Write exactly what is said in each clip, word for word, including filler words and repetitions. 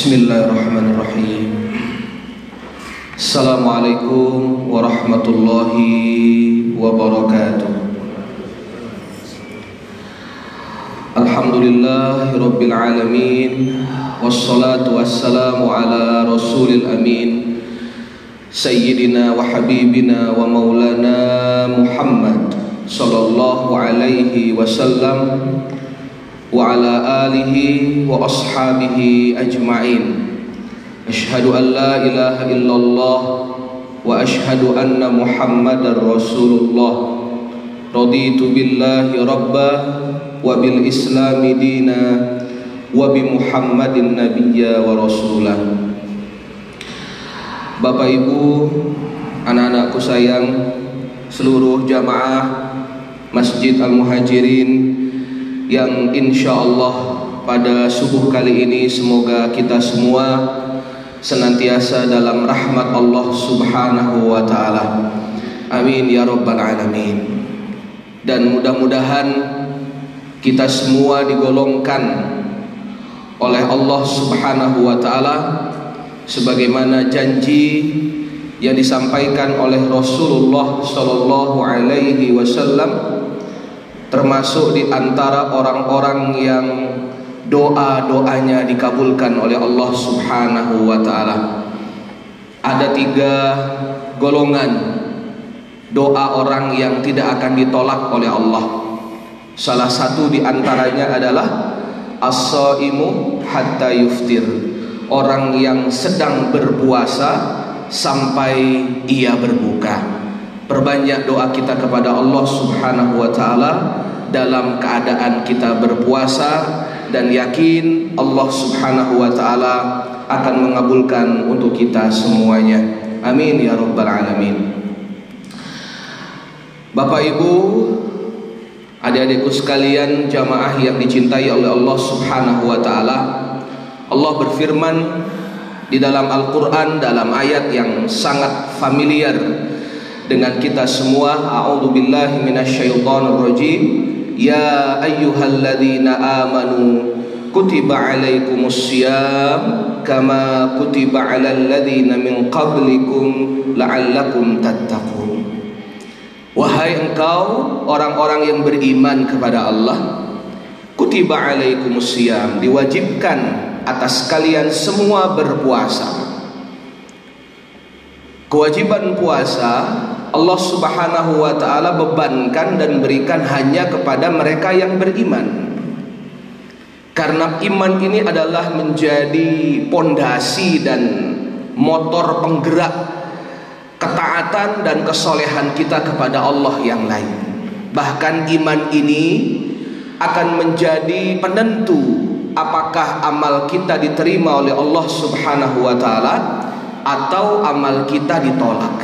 Bismillahirrahmanirrahim. Assalamualaikum warahmatullahi wabarakatuh. Alhamdulillahirabbil alamin, wassalatu wassalamu ala rasulil amin, sayyidina wa habibina wa maulana Muhammad sallallahu alaihi wasallam wa ala alihi wa ashabihi ajma'in. Asyhadu an la ilaha illallah wa asyhadu anna Muhammadar Rasulullah. Raditu billahi rabba wa bil islami dina wa bi Muhammadin nabiyya wa rasulah. Bapak Ibu, anak-anakku sayang, seluruh jamaah Masjid Al-Muhajirin yang insya Allah pada subuh kali ini semoga kita semua senantiasa dalam rahmat Allah subhanahu wa ta'ala. Amin ya rabbal alamin. Dan mudah-mudahan kita semua digolongkan oleh Allah subhanahu wa ta'ala sebagaimana janji yang disampaikan oleh Rasulullah sallallahu alaihi wasallam, termasuk di antara orang-orang yang doa-doanya dikabulkan oleh Allah subhanahu wa ta'ala. Ada tiga golongan doa orang yang tidak akan ditolak oleh Allah. Salah satu di antaranya adalah as-shaimu hatta yuftir, orang yang sedang berpuasa sampai ia berbuka. Perbanyak doa kita kepada Allah subhanahu wa ta'ala dalam keadaan kita berpuasa, dan yakin Allah subhanahu wa ta'ala akan mengabulkan untuk kita semuanya. Amin ya rabbal alamin. Bapak Ibu, adik-adikku sekalian, jamaah yang dicintai oleh Allah subhanahu wa ta'ala, Allah berfirman di dalam Al-Quran dalam ayat yang sangat familiar dengan kita semua. A'udzubillahi minasyaitonirrajim. Ya ayyuhalladzina amanu kutiba alaikumussyiyam kama kutiba alal ladzina min qablikum la'allakum tattaqun. Wahai engkau orang-orang yang beriman kepada Allah, kutiba alaikumussyiyam, diwajibkan atas kalian semua berpuasa. Kewajiban puasa Allah subhanahu wa ta'ala bebankan dan berikan hanya kepada mereka yang beriman, karena iman ini adalah menjadi pondasi dan motor penggerak ketaatan dan kesolehan kita kepada Allah yang lain. Bahkan iman ini akan menjadi penentu apakah amal kita diterima oleh Allah subhanahu wa ta'ala atau amal kita ditolak.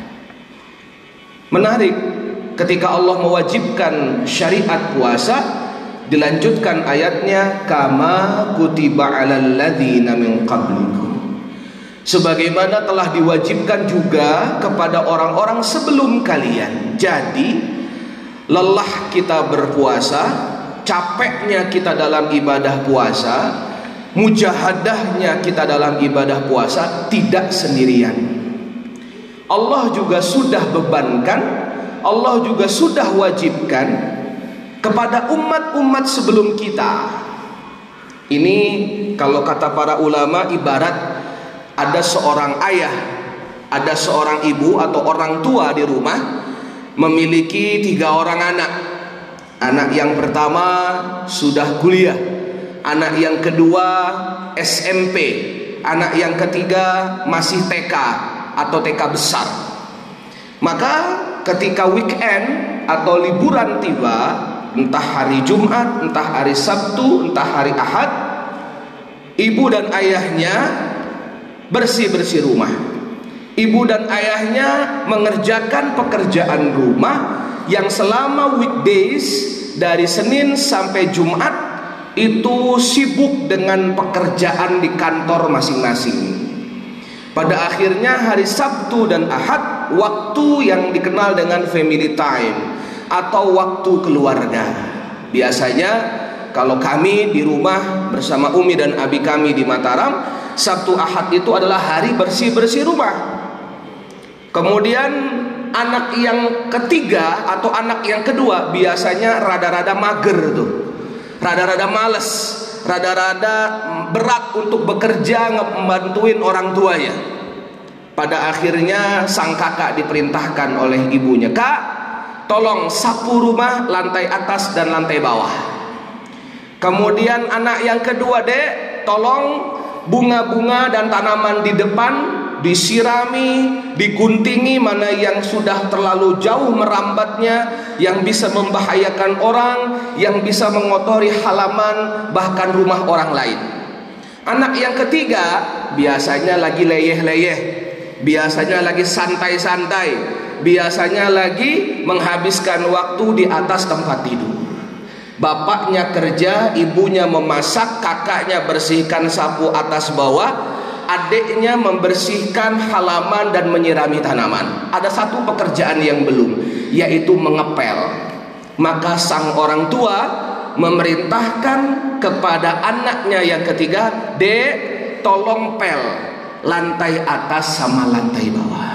Menarik, ketika Allah mewajibkan syariat puasa, dilanjutkan ayatnya kama kutiba alal ladzina min qablikum, sebagaimana telah diwajibkan juga kepada orang-orang sebelum kalian. Jadi lelah kita berpuasa, capeknya kita dalam ibadah puasa, mujahadahnya kita dalam ibadah puasa tidak sendirian. Allah juga sudah bebankan, Allah juga sudah wajibkan kepada umat-umat sebelum kita. Ini kalau kata para ulama ibarat ada seorang ayah, ada seorang ibu atau orang tua di rumah memiliki tiga orang anak. Anak yang pertama sudah kuliah, anak yang kedua S M P, anak yang ketiga masih T K atau T K besar. Maka ketika weekend atau liburan tiba, entah hari Jumat, entah hari Sabtu, entah hari Ahad, ibu dan ayahnya bersih-bersih rumah. Ibu dan ayahnya mengerjakan pekerjaan rumah yang selama weekdays dari Senin sampai Jumat itu sibuk dengan pekerjaan di kantor masing-masing. Pada akhirnya hari Sabtu dan Ahad waktu yang dikenal dengan family time atau waktu keluarga. Biasanya kalau kami di rumah bersama Umi dan Abi kami di Mataram, Sabtu Ahad itu adalah hari bersih-bersih rumah. Kemudian anak yang ketiga atau anak yang kedua biasanya rada-rada mager tuh, rada-rada males, rada-rada berat untuk bekerja membantuin orang tuanya. Pada akhirnya sang kakak diperintahkan oleh ibunya, "Kak, tolong sapu rumah lantai atas dan lantai bawah." Kemudian anak yang kedua, "Dek, tolong bunga-bunga dan tanaman di depan disirami, diguntingi, mana yang sudah terlalu jauh merambatnya, yang bisa membahayakan orang, yang bisa mengotori halaman bahkan rumah orang lain." Anak yang ketiga biasanya lagi leyeh-leyeh, biasanya lagi santai-santai, biasanya lagi menghabiskan waktu di atas tempat tidur. Bapaknya kerja, ibunya memasak, kakaknya bersihkan sapu atas bawah, adiknya membersihkan halaman dan menyirami tanaman. Ada satu pekerjaan yang belum, yaitu mengepel. Maka sang orang tua memerintahkan kepada anaknya yang ketiga, "Dek, tolong pel lantai atas sama lantai bawah."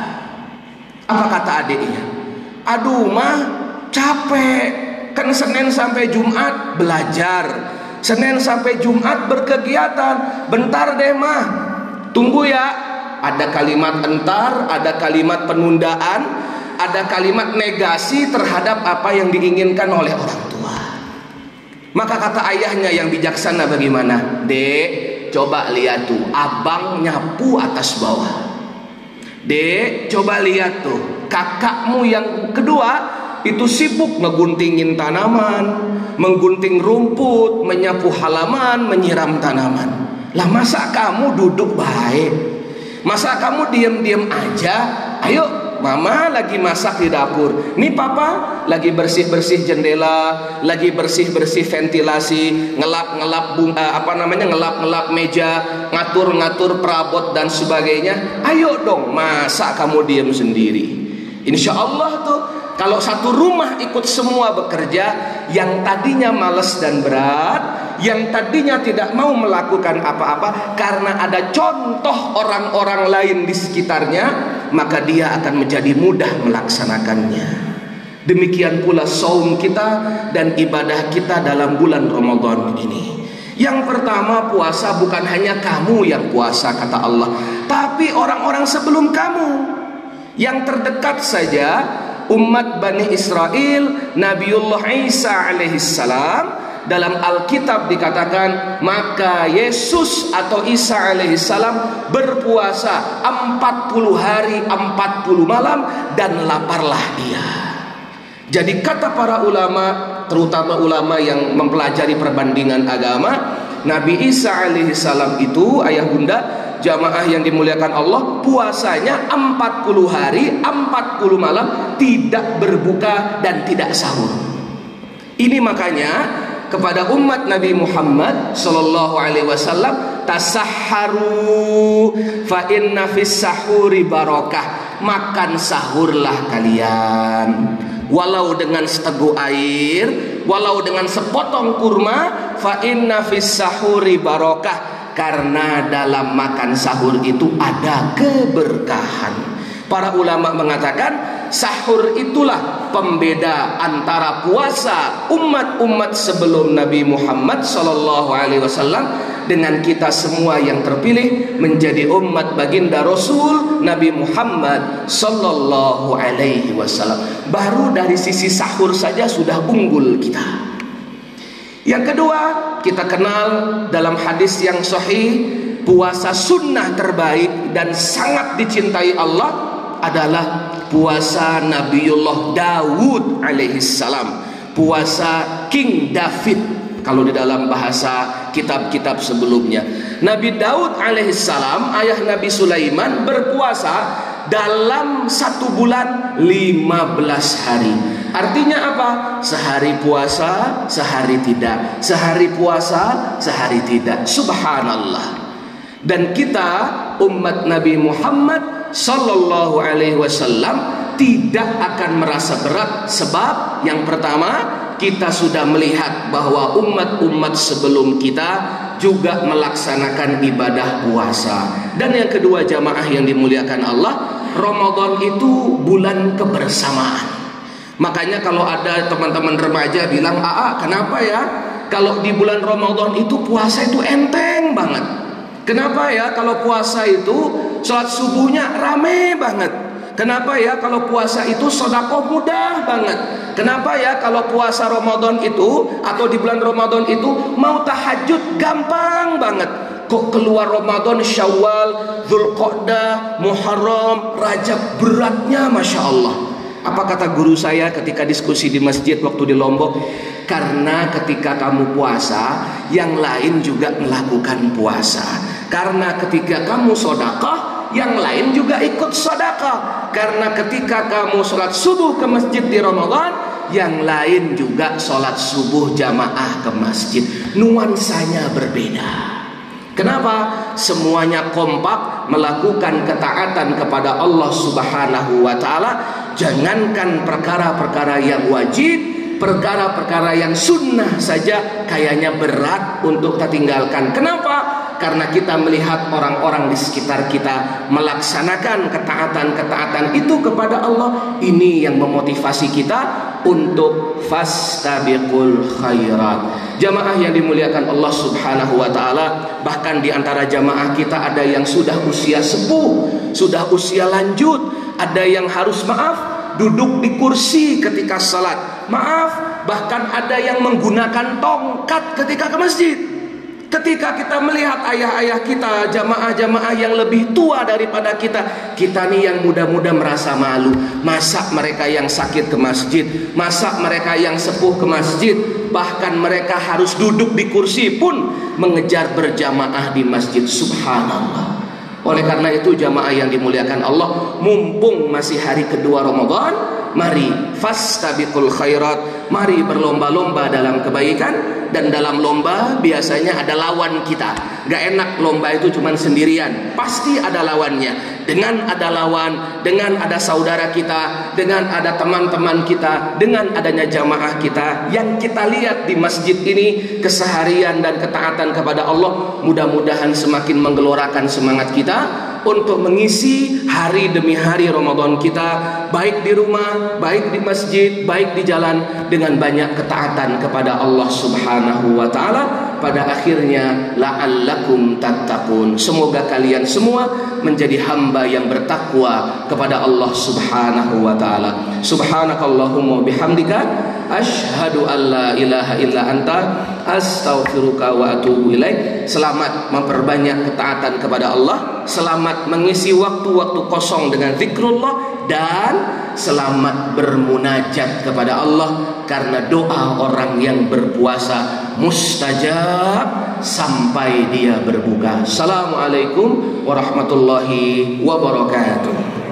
Apa kata adiknya? "Aduh mah, capek. Kan Senin sampai Jumat belajar, Senin sampai Jumat berkegiatan. Bentar deh mah, tunggu ya." Ada kalimat entar, ada kalimat penundaan, ada kalimat negasi terhadap apa yang diinginkan oleh orang tua. Maka kata ayahnya yang bijaksana bagaimana? "Dek, coba lihat tuh, abang nyapu atas bawah. Dek, coba lihat tuh, kakakmu yang kedua itu sibuk ngeguntingin tanaman, menggunting rumput, menyapu halaman, menyiram tanaman. Lah masa kamu duduk baik? Masa kamu diam-diam aja? Ayo, mama lagi masak di dapur. Nih papa lagi bersih-bersih jendela, lagi bersih-bersih ventilasi, ngelap-ngelap bunga, apa namanya, ngelap-ngelap meja, ngatur-ngatur perabot dan sebagainya. Ayo dong, masa kamu diam sendiri?" Insya Allah tuh, kalau satu rumah ikut semua bekerja, yang tadinya malas dan berat, yang tadinya tidak mau melakukan apa-apa, karena ada contoh orang-orang lain di sekitarnya, maka dia akan menjadi mudah melaksanakannya. Demikian pula saum kita dan ibadah kita dalam bulan Ramadan ini. Yang pertama, puasa bukan hanya kamu yang puasa kata Allah, tapi orang-orang sebelum kamu. Yang terdekat saja umat Bani Israel, Nabiullah Isa alaihissalam, dalam Alkitab dikatakan maka Yesus atau Isa alaihissalam berpuasa empat puluh hari empat puluh malam dan laparlah dia. Jadi kata para ulama, terutama ulama yang mempelajari perbandingan agama, Nabi Isa alaihissalam itu, ayah bunda jamaah yang dimuliakan Allah, puasanya empat puluh hari empat puluh malam, tidak berbuka dan tidak sahur. Ini makanya kepada umat Nabi Muhammad sallallahu alaihi wasallam, tasahharu fa inna fis sahuri barakah. Makan sahurlah kalian, walau dengan seteguk air, walau dengan sepotong kurma, fa inna fis sahuri barakah. Karena dalam makan sahur itu ada keberkahan. Para ulama mengatakan sahur itulah pembeda antara puasa umat-umat sebelum Nabi Muhammad sallallahu alaihi wasallam dengan kita semua yang terpilih menjadi umat baginda Rasul Nabi Muhammad sallallahu alaihi wasallam. Baru dari sisi sahur saja sudah unggul kita. Yang kedua, kita kenal dalam hadis yang sahih, puasa sunnah terbaik dan sangat dicintai Allah adalah puasa Nabiullah Daud alaihissalam, puasa King David kalau di dalam bahasa kitab-kitab sebelumnya. Nabi Daud alaihissalam, ayah Nabi Sulaiman, berpuasa dalam satu bulan lima belas hari. Artinya apa? Sehari puasa, sehari tidak. Sehari puasa, sehari tidak. Subhanallah. Dan kita umat Nabi Muhammad sallallahu alaihi wasallam tidak akan merasa berat, sebab yang pertama, kita sudah melihat bahwa umat-umat sebelum kita juga melaksanakan ibadah puasa. Dan yang kedua jamaah yang dimuliakan Allah, Ramadan itu bulan kebersamaan. Makanya kalau ada teman-teman remaja bilang, "Aa, kenapa ya kalau di bulan Ramadan itu puasa itu enteng banget? Kenapa ya kalau puasa itu sholat subuhnya rame banget? Kenapa ya kalau puasa itu sedekah mudah banget? Kenapa ya kalau puasa Ramadan itu atau di bulan Ramadan itu mau tahajud gampang banget? Kok keluar Ramadan, Syawal, Dzulqa'dah, Muharram, Rajab beratnya Masya Allah." Apa kata guru saya ketika diskusi di masjid waktu di Lombok? Karena ketika kamu puasa, yang lain juga melakukan puasa. Karena ketika kamu sedekah, yang lain juga ikut sedekah. Karena ketika kamu sholat subuh ke masjid di Ramadan, yang lain juga sholat subuh jamaah ke masjid. Nuansanya berbeda. Kenapa? Semuanya kompak melakukan ketaatan kepada Allah Subhanahu wa ta'ala. Jangankan perkara-perkara yang wajib, perkara-perkara yang sunnah saja kayaknya berat untuk kita tinggalkan. Kenapa? Karena kita melihat orang-orang di sekitar kita melaksanakan ketaatan-ketaatan itu kepada Allah. Ini yang memotivasi kita untuk fastabiqul khairat. Jamaah yang dimuliakan Allah Subhanahu wa ta'ala, bahkan di antara jamaah kita ada yang sudah usia sepuh, sudah usia lanjut. Ada yang harus maaf duduk di kursi ketika salat. Maaf, bahkan ada yang menggunakan tongkat ketika ke masjid. Ketika kita melihat ayah-ayah kita, jamaah-jamaah yang lebih tua daripada kita, kita nih yang muda-muda merasa malu. Masa mereka yang sakit ke masjid, masa mereka yang sepuh ke masjid, bahkan mereka harus duduk di kursi pun mengejar berjamaah di masjid. Subhanallah. Oleh karena itu jamaah yang dimuliakan Allah, mumpung masih hari kedua Ramadan, mari fastabiqul khairat, mari berlomba-lomba dalam kebaikan. Dan dalam lomba biasanya ada lawan kita. Gak enak lomba itu cuma sendirian, pasti ada lawannya. Dengan ada lawan, dengan ada saudara kita, dengan ada teman-teman kita, dengan adanya jamaah kita yang kita lihat di masjid ini, keseharian dan ketaatan kepada Allah, mudah-mudahan semakin menggelorakan semangat kita untuk mengisi hari demi hari Ramadan kita, baik di rumah, baik di masjid, baik di jalan, dengan banyak ketaatan kepada Allah Subhanahu wa ta'ala. Pada akhirnya la'allakum tattaqun. Semoga kalian semua menjadi hamba yang bertakwa kepada Allah Subhanahu wa ta'ala. Subhanakallahumma bihamdika asyhadu an la ilaha illa anta astaghfiruka wa atubu ilaik. Selamat memperbanyak ketaatan kepada Allah, selamat mengisi waktu-waktu kosong dengan zikrullah, dan selamat bermunajat kepada Allah, karena doa orang yang berpuasa mustajab sampai dia berbuka. Assalamualaikum warahmatullahi wabarakatuh.